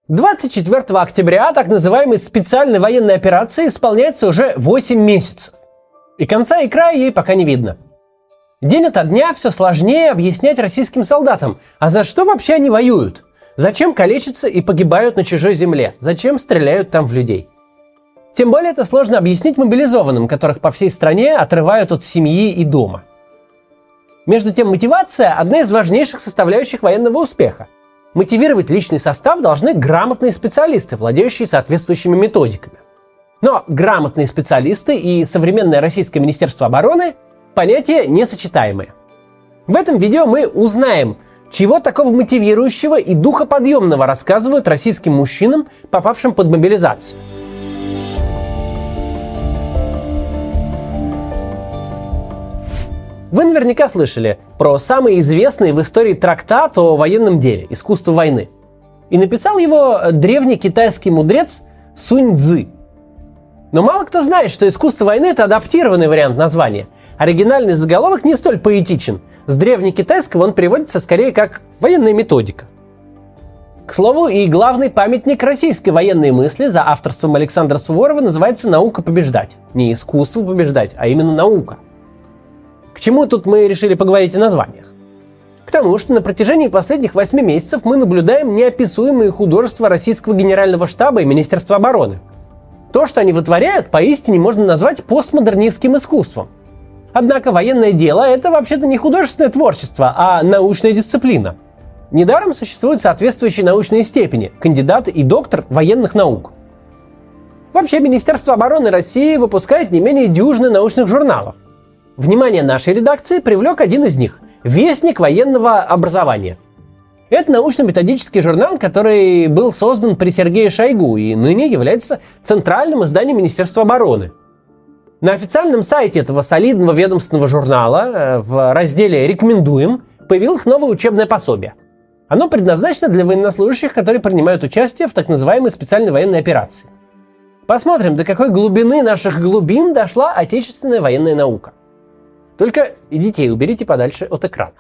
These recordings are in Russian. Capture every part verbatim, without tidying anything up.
двадцать четвёртого октября так называемой специальной военной операции исполняется уже восемь месяцев. И конца и края ей пока не видно. День ото дня все сложнее объяснять российским солдатам, а за что вообще они воюют? Зачем калечатся и погибают на чужой земле? Зачем стреляют там в людей? Тем более это сложно объяснить мобилизованным, которых по всей стране отрывают от семьи и дома. Между тем, мотивация – одна из важнейших составляющих военного успеха. Мотивировать личный состав должны грамотные специалисты, владеющие соответствующими методиками. Но грамотные специалисты и современное российское Министерство обороны – понятия несочетаемые. В этом видео мы узнаем, чего такого мотивирующего и духоподъемного рассказывают российским мужчинам, попавшим под мобилизацию. Вы наверняка слышали про самый известный в истории трактат о военном деле «Искусство войны». И написал его древний китайский мудрец Сунь Цзы. Но мало кто знает, что «Искусство войны» — это адаптированный вариант названия. Оригинальный заголовок не столь поэтичен. С древнекитайского он переводится скорее как «военная методика». К слову, и главный памятник российской военной мысли за авторством Александра Суворова называется «Наука побеждать». Не искусство побеждать, а именно наука. К чему тут мы решили поговорить о названиях? К тому, что на протяжении последних восьми месяцев мы наблюдаем неописуемые художества российского генерального штаба и Министерства обороны. То, что они вытворяют, поистине можно назвать постмодернистским искусством. Однако военное дело – это вообще-то не художественное творчество, а научная дисциплина. Недаром существуют соответствующие научные степени – кандидат и доктор военных наук. Вообще, Министерство обороны России выпускает не менее дюжины научных журналов. Внимание нашей редакции привлек один из них – «Вестник военного образования». Это научно-методический журнал, который был создан при Сергее Шойгу и ныне является центральным изданием Министерства обороны. На официальном сайте этого солидного ведомственного журнала в разделе «Рекомендуем» появилось новое учебное пособие. Оно предназначено для военнослужащих, которые принимают участие в так называемой специальной военной операции. Посмотрим, до какой глубины наших глубин дошла отечественная военная наука. Только и детей уберите подальше от экрана.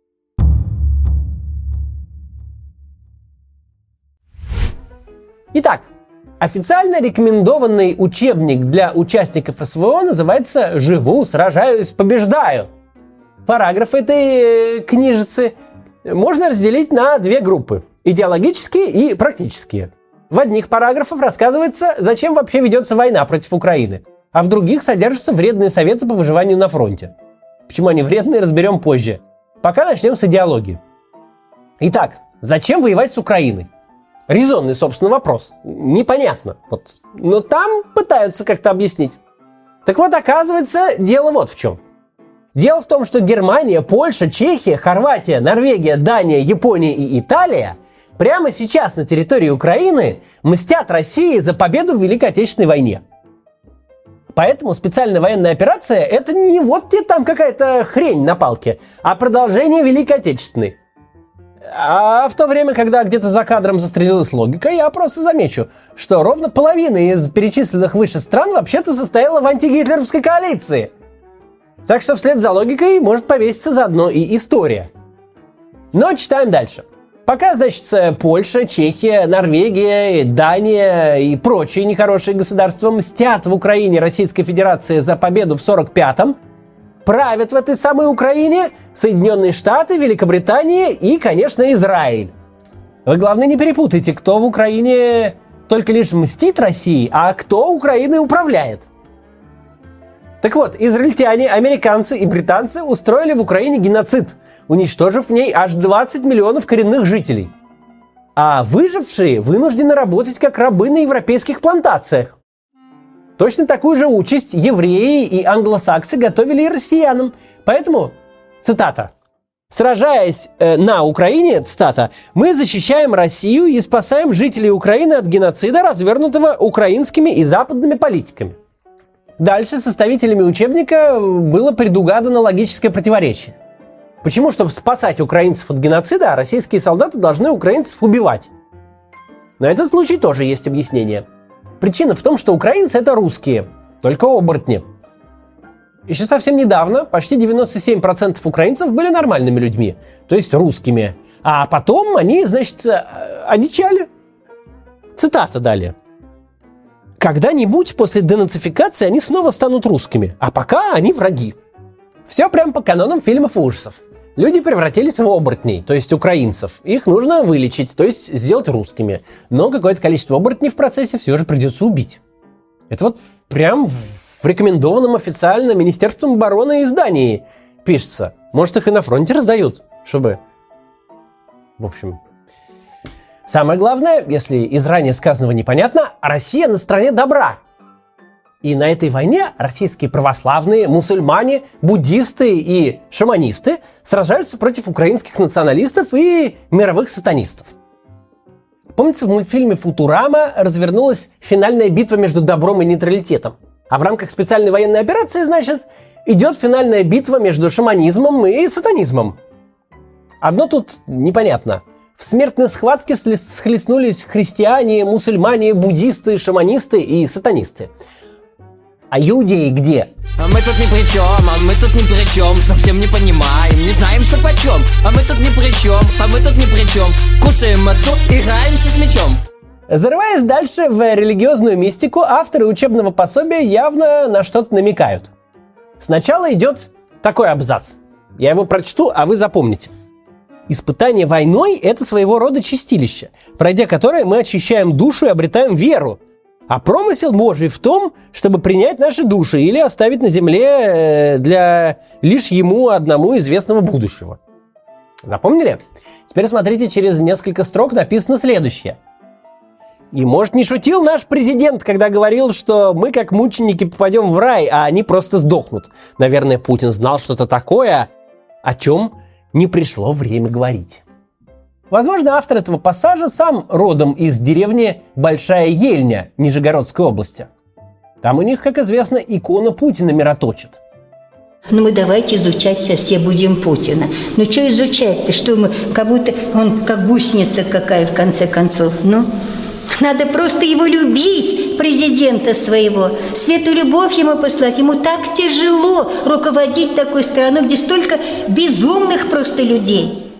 Итак, официально рекомендованный учебник для участников СВО называется «Живу, сражаюсь, побеждаю». Параграфы этой книжицы можно разделить на две группы – идеологические и практические. В одних параграфах рассказывается, зачем вообще ведется война против Украины, а в других содержатся вредные советы по выживанию на фронте. Почему они вредные, разберем позже. Пока начнем с идеологии. Итак, зачем воевать с Украиной? Резонный, собственно, вопрос. Непонятно. Вот. Но там пытаются как-то объяснить. Так вот, оказывается, дело вот в чем. Дело в том, что Германия, Польша, Чехия, Хорватия, Норвегия, Дания, Япония и Италия прямо сейчас на территории Украины мстят России за победу в Великой Отечественной войне. Поэтому специальная военная операция – это не вот тебе там какая-то хрень на палке, а продолжение Великой Отечественной. А в то время, когда где-то за кадром застрелилась логика, я просто замечу, что ровно половина из перечисленных выше стран вообще-то состояла в антигитлеровской коалиции. Так что вслед за логикой может повеситься заодно и история. Но читаем дальше. Пока, значит, Польша, Чехия, Норвегия, Дания и прочие нехорошие государства мстят в Украине Российской Федерации за победу в сорок пятом, правят в этой самой Украине Соединенные Штаты, Великобритания и, конечно, Израиль. Вы, главное, не перепутайте, кто в Украине только лишь мстит России, а кто Украиной управляет. Так вот, израильтяне, американцы и британцы устроили в Украине геноцид, уничтожив в ней аж двадцать миллионов коренных жителей. А выжившие вынуждены работать как рабы на европейских плантациях. Точно такую же участь евреи и англосаксы готовили и россиянам. Поэтому, цитата, «Сражаясь э, на Украине, цитата, мы защищаем Россию и спасаем жителей Украины от геноцида, развернутого украинскими и западными политиками». Дальше составителями учебника было предугадано логическое противоречие. Почему, чтобы спасать украинцев от геноцида, российские солдаты должны украинцев убивать? На этот случай тоже есть объяснение. Причина в том, что украинцы – это русские, только оборотни. Еще совсем недавно почти девяносто семь процентов украинцев были нормальными людьми, то есть русскими. А потом они, значит, одичали. Цитата далее. «Когда-нибудь после денацификации они снова станут русскими, а пока они враги». Все прям по канонам фильмов ужасов. Люди превратились в оборотней, то есть украинцев. Их нужно вылечить, то есть сделать русскими. Но какое-то количество оборотней в процессе все же придется убить. Это вот прям в рекомендованном официально Министерством обороны издании пишется. Может, их и на фронте раздают, чтобы... В общем... Самое главное, если из ранее сказанного непонятно, Россия на стороне добра. И на этой войне российские православные, мусульмане, буддисты и шаманисты сражаются против украинских националистов и мировых сатанистов. Помните, в мультфильме «Футурама» развернулась финальная битва между добром и нейтралитетом. А в рамках специальной военной операции, значит, идет финальная битва между шаманизмом и сатанизмом. Одно тут непонятно. В смертной схватке схлестнулись христиане, мусульмане, буддисты, шаманисты и сатанисты. А иудеи где? А мы тут ни при чем, а мы тут ни при чем, совсем не понимаем, не знаем, что почем. А мы тут ни при чем, а мы тут ни при чем, кушаем мацу, играемся с мячом. Зарываясь дальше в религиозную мистику, авторы учебного пособия явно на что-то намекают. Сначала идет такой абзац. Я его прочту, а вы запомните. Испытание войной – это своего рода чистилище, пройдя которое мы очищаем душу и обретаем веру. А промысел Божий в том, чтобы принять наши души или оставить на земле для лишь ему одному известного будущего. Запомнили? Теперь смотрите, через несколько строк написано следующее. И, может, не шутил наш президент, когда говорил, что мы, как мученики, попадем в рай, а они просто сдохнут. Наверное, Путин знал что-то такое, о чем не пришло время говорить. Возможно, автор этого пассажа сам родом из деревни Большая Ельня Нижегородской области. Там у них, как известно, икона Путина мироточит. Ну мы давайте изучать все будем Путина. Ну что изучать-то, что мы, как будто он как гусеница какая в конце концов, ну... Надо просто его любить, президента своего, свету любовь ему послать. Ему так тяжело руководить такой страной, где столько безумных просто людей.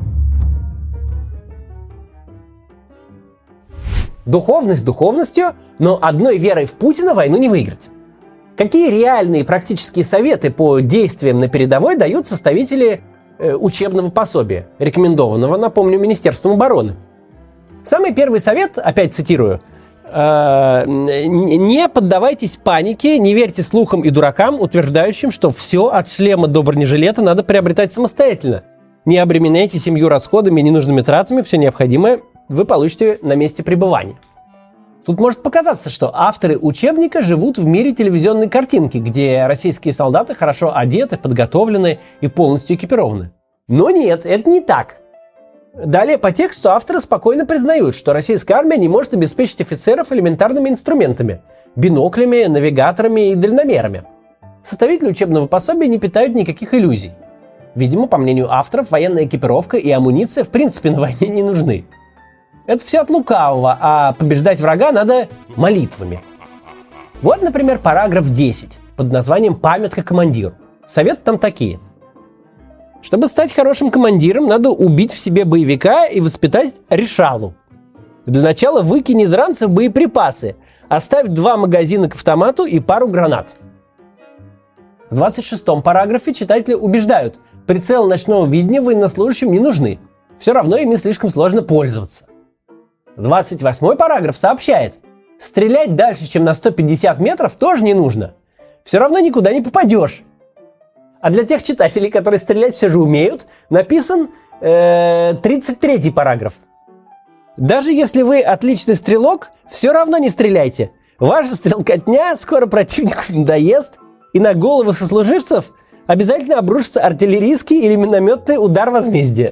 Духовность духовностью, но одной верой в Путина войну не выиграть. Какие реальные практические советы по действиям на передовой дают составители э, учебного пособия, рекомендованного, напомню, Министерством обороны? Самый первый совет, опять цитирую, э, не поддавайтесь панике, не верьте слухам и дуракам, утверждающим, что все от шлема до бронежилета надо приобретать самостоятельно. Не обременяйте семью расходами и ненужными тратами, все необходимое вы получите на месте пребывания. Тут может показаться, что авторы учебника живут в мире телевизионной картинки, где российские солдаты хорошо одеты, подготовлены и полностью экипированы. Но нет, это не так. Далее по тексту авторы спокойно признают, что российская армия не может обеспечить офицеров элементарными инструментами – биноклями, навигаторами и дальномерами. Составители учебного пособия не питают никаких иллюзий. Видимо, по мнению авторов, военная экипировка и амуниция в принципе на войне не нужны. Это все от лукавого, а побеждать врага надо молитвами. Вот, например, параграф десять под названием «Памятка командиру». Советы там такие. Чтобы стать хорошим командиром, надо убить в себе боевика и воспитать решалу. Для начала выкинь из ранцев боеприпасы, оставь два магазина к автомату и пару гранат. В двадцать шестом параграфе читатели убеждают, прицелы ночного видения военнослужащим не нужны, все равно ими слишком сложно пользоваться. двадцать восьмой параграф сообщает, стрелять дальше, чем на сто пятьдесят метров, тоже не нужно, все равно никуда не попадешь. А для тех читателей, которые стрелять все же умеют, написан э, тридцать третий параграф. Даже если вы отличный стрелок, все равно не стреляйте. Ваша стрелкотня скоро противнику надоест, и на головы сослуживцев обязательно обрушится артиллерийский или минометный удар возмездия.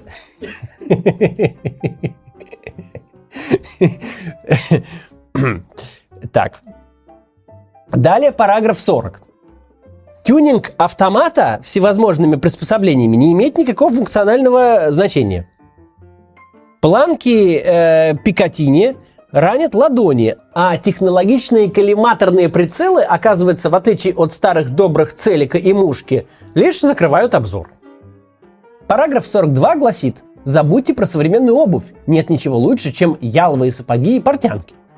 Так. Далее параграф сорок. Тюнинг автомата всевозможными приспособлениями не имеет никакого функционального значения. Планки э, Пикатини ранят ладони, а технологичные коллиматорные прицелы, оказывается, в отличие от старых добрых Целика и Мушки, лишь закрывают обзор. Параграф сорок два гласит: забудьте про современную обувь. Нет ничего лучше, чем яловые сапоги и портянки.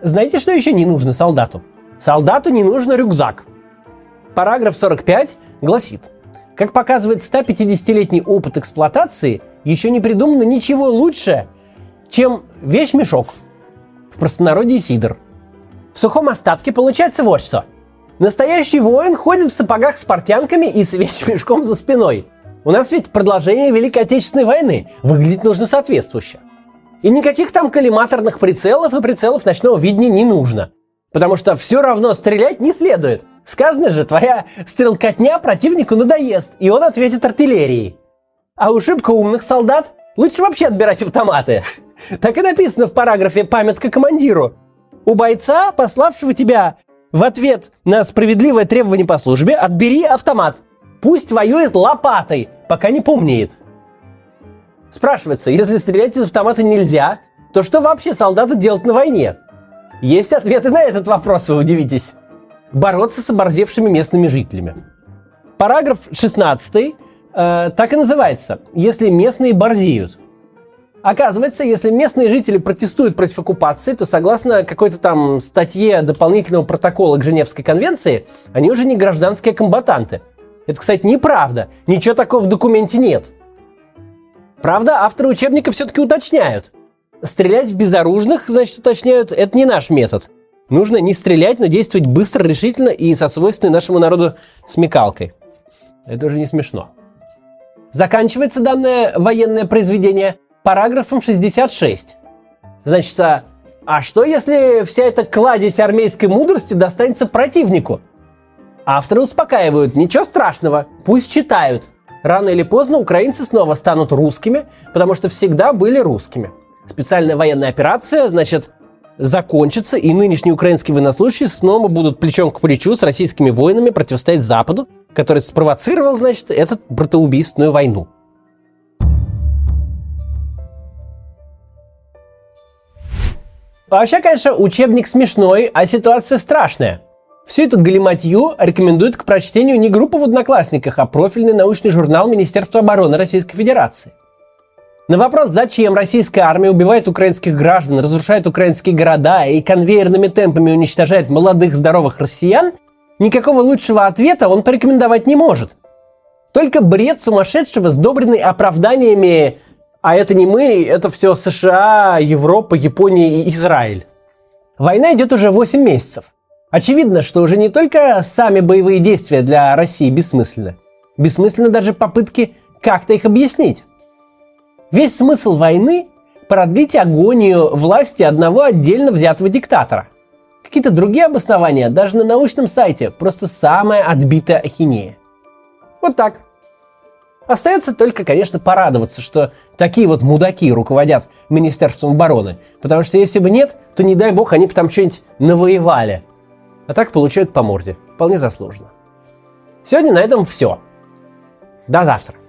Знаете, что еще не нужно солдату? Солдату не нужен рюкзак. Параграф сорок пять гласит: как показывает сто пятидесятилетний опыт эксплуатации, еще не придумано ничего лучше, чем вещмешок. В простонародье сидр. В сухом остатке получается вот что. Настоящий воин ходит в сапогах с портянками и с вещмешком за спиной. У нас ведь продолжение Великой Отечественной войны. Выглядеть нужно соответствующе. И никаких там коллиматорных прицелов и прицелов ночного видения не нужно. Потому что все равно стрелять не следует. Сказано же, твоя стрелкотня противнику надоест, и он ответит артиллерией. А у шибко умных солдат лучше вообще отбирать автоматы. Так и написано в параграфе «Памятка командиру». У бойца, пославшего тебя в ответ на справедливое требование по службе, отбери автомат. Пусть воюет лопатой, пока не поумнеет. Спрашивается, если стрелять из автомата нельзя, то что вообще солдату делать на войне? Есть ответы на этот вопрос, вы удивитесь. Бороться с оборзевшими местными жителями. Параграф шестнадцатый э, так и называется: если местные борзеют. Оказывается, если местные жители протестуют против оккупации, то согласно какой-то там статье дополнительного протокола к Женевской конвенции, они уже не гражданские комбатанты. Это, кстати, неправда. Ничего такого в документе нет. Правда, авторы учебника все-таки уточняют. Стрелять в безоружных, значит, уточняют, это не наш метод. Нужно не стрелять, но действовать быстро, решительно и со свойственной нашему народу смекалкой. Это уже не смешно. Заканчивается данное военное произведение параграфом шестьдесят шесть. Значит, а, а что если вся эта кладезь армейской мудрости достанется противнику? Авторы успокаивают: ничего страшного, пусть читают. Рано или поздно украинцы снова станут русскими, потому что всегда были русскими. Специальная военная операция, значит, закончится, и нынешние украинские военнослужащие снова будут плечом к плечу с российскими воинами противостоять Западу, который спровоцировал, значит, эту братоубийственную войну. Вообще, конечно, учебник смешной, а ситуация страшная. Всю эту галиматью рекомендует к прочтению не группа в Одноклассниках, а профильный научный журнал Министерства обороны Российской Федерации. На вопрос, зачем российская армия убивает украинских граждан, разрушает украинские города и конвейерными темпами уничтожает молодых здоровых россиян, никакого лучшего ответа он порекомендовать не может. Только бред сумасшедшего, сдобренный оправданиями «а это не мы, это все США, Европа, Япония и Израиль». Война идет уже восемь месяцев. Очевидно, что уже не только сами боевые действия для России бессмысленны. Бессмысленны даже попытки как-то их объяснить. Весь смысл войны – продлить агонию власти одного отдельно взятого диктатора. Какие-то другие обоснования даже на научном сайте просто самая отбитая ахинея. Вот так. Остается только, конечно, порадоваться, что такие вот мудаки руководят Министерством обороны. Потому что если бы нет, то, не дай бог, они бы там что-нибудь навоевали. А так получают по морде. Вполне заслуженно. Сегодня на этом все. До завтра.